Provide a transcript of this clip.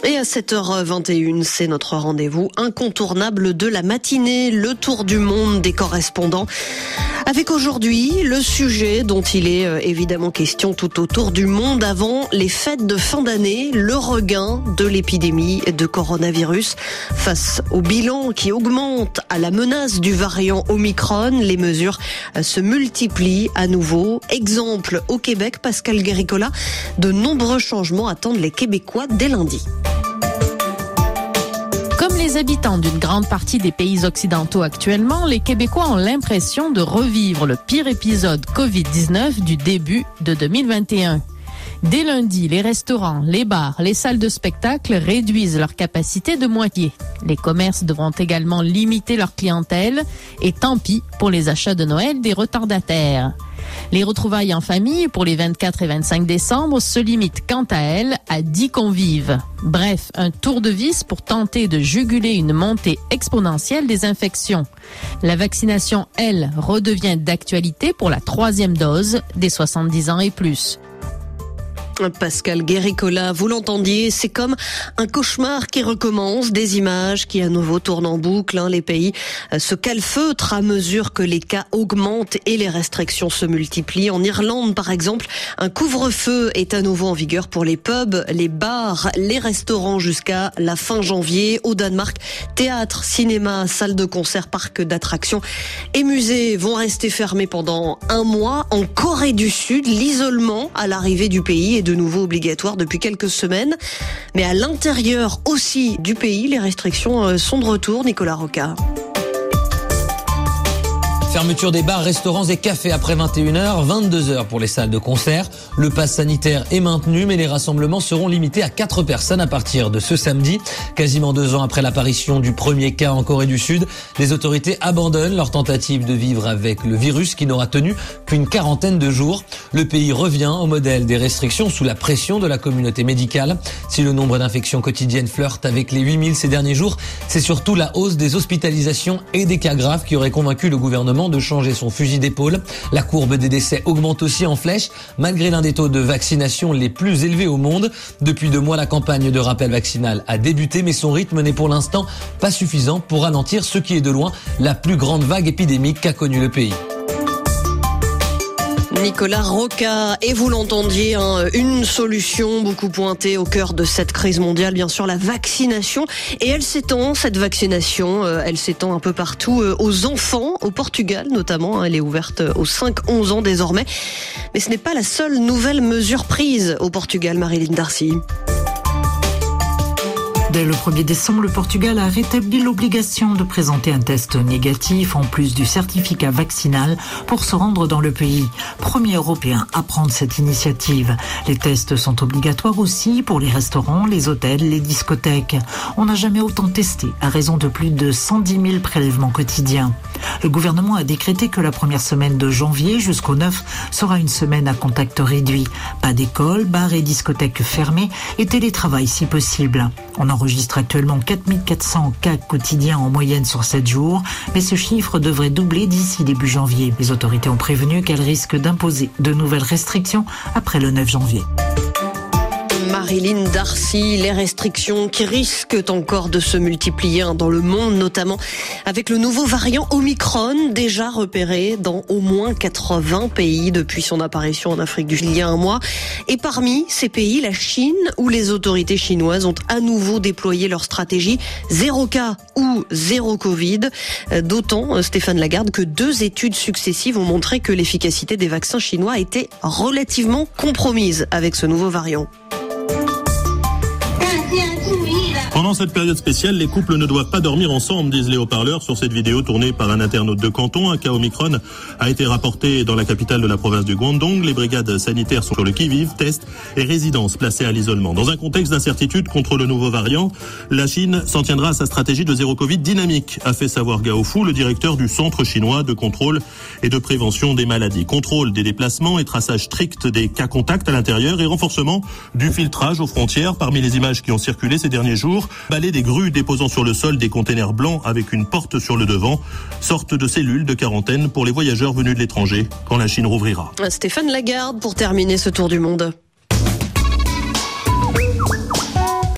Et à 7h21, c'est notre rendez-vous incontournable de la matinée, le tour du monde des correspondants. Avec aujourd'hui le sujet dont il est évidemment question tout autour du monde avant les fêtes de fin d'année, le regain de l'épidémie de coronavirus. Face au bilan qui augmente, à la menace du variant Omicron, les mesures se multiplient à nouveau. Exemple au Québec, Pascal Guéricola, de nombreux changements attendent les Québécois dès lundi. Comme les habitants d'une grande partie des pays occidentaux actuellement, les Québécois ont l'impression de revivre le pire épisode Covid-19 du début de 2021. Dès lundi, les restaurants, les bars, les salles de spectacle réduisent leur capacité de moitié. Les commerces devront également limiter leur clientèle et tant pis pour les achats de Noël des retardataires. Les retrouvailles en famille pour les 24 et 25 décembre se limitent quant à elles à 10 convives. Bref, un tour de vis pour tenter de juguler une montée exponentielle des infections. La vaccination, elle, redevient d'actualité pour la 3e dose des 70 ans et plus. Pascal Guéricola, vous l'entendiez, c'est comme un cauchemar qui recommence, des images qui à nouveau tournent en boucle. Les pays se calfeutrent à mesure que les cas augmentent et les restrictions se multiplient. En Irlande, par exemple, un couvre-feu est à nouveau en vigueur pour les pubs, les bars, les restaurants jusqu'à la fin janvier. Au Danemark, théâtre, cinéma, salles de concert, parcs d'attractions et musées vont rester fermés pendant un mois. En Corée du Sud, l'isolement à l'arrivée du pays est de nouveau obligatoire depuis quelques semaines. Mais à l'intérieur aussi du pays, les restrictions sont de retour. Nicolas Roca. Fermeture des bars, restaurants et cafés après 21h, 22h pour les salles de concert. Le pass sanitaire est maintenu, mais les rassemblements seront limités à 4 personnes à partir de ce samedi. Quasiment 2 ans après l'apparition du premier cas en Corée du Sud, les autorités abandonnent leur tentative de vivre avec le virus qui n'aura tenu qu'une quarantaine de jours. Le pays revient au modèle des restrictions sous la pression de la communauté médicale. Si le nombre d'infections quotidiennes flirte avec les 8000 ces derniers jours, c'est surtout la hausse des hospitalisations et des cas graves qui aurait convaincu le gouvernement de changer son fusil d'épaule. La courbe des décès augmente aussi en flèche, malgré l'un des taux de vaccination les plus élevés au monde. Depuis 2 mois, la campagne de rappel vaccinal a débuté, mais son rythme n'est pour l'instant pas suffisant pour ralentir ce qui est de loin la plus grande vague épidémique qu'a connue le pays. Nicolas Roca, et vous l'entendiez, une solution beaucoup pointée au cœur de cette crise mondiale, bien sûr la vaccination. Et elle s'étend, cette vaccination, elle s'étend un peu partout aux enfants, au Portugal notamment. Elle est ouverte aux 5-11 ans désormais. Mais ce n'est pas la seule nouvelle mesure prise au Portugal, Marilyn Darcy. Dès le 1er décembre, le Portugal a rétabli l'obligation de présenter un test négatif en plus du certificat vaccinal pour se rendre dans le pays. Premier Européen à prendre cette initiative. Les tests sont obligatoires aussi pour les restaurants, les hôtels, les discothèques. On n'a jamais autant testé à raison de plus de 110 000 prélèvements quotidiens. Le gouvernement a décrété que la première semaine de janvier jusqu'au 9 sera une semaine à contact réduit. Pas d'école, bars et discothèques fermés et télétravail si possible. On enregistre actuellement 4400 cas quotidiens en moyenne sur 7 jours, mais ce chiffre devrait doubler d'ici début janvier. Les autorités ont prévenu qu'elles risquent d'imposer de nouvelles restrictions après le 9 janvier. Marilyn Darcy, les restrictions qui risquent encore de se multiplier dans le monde, notamment avec le nouveau variant Omicron, déjà repéré dans au moins 80 pays depuis son apparition en Afrique du Sud il y a un mois. Et parmi ces pays, la Chine, où les autorités chinoises ont à nouveau déployé leur stratégie 0 cas ou 0 Covid. D'autant, Stéphane Lagarde, que 2 études successives ont montré que l'efficacité des vaccins chinois était relativement compromise avec ce nouveau variant. Pendant cette période spéciale, les couples ne doivent pas dormir ensemble, disent les haut-parleurs sur cette vidéo tournée par un internaute de Canton. Un cas Omicron a été rapporté dans la capitale de la province du Guangdong. Les brigades sanitaires sont sur le qui-vive, tests et résidences placées à l'isolement. Dans un contexte d'incertitude contre le nouveau variant, la Chine s'en tiendra à sa stratégie de zéro Covid dynamique, a fait savoir Gao Fu, le directeur du Centre chinois de contrôle et de prévention des maladies. Contrôle des déplacements et traçage strict des cas contacts à l'intérieur et renforcement du filtrage aux frontières. Parmi les images qui ont circulé ces derniers jours, balai des grues déposant sur le sol des containers blancs avec une porte sur le devant, sorte de cellule de quarantaine pour les voyageurs venus de l'étranger quand la Chine rouvrira. Stéphane Lagarde pour terminer ce tour du monde.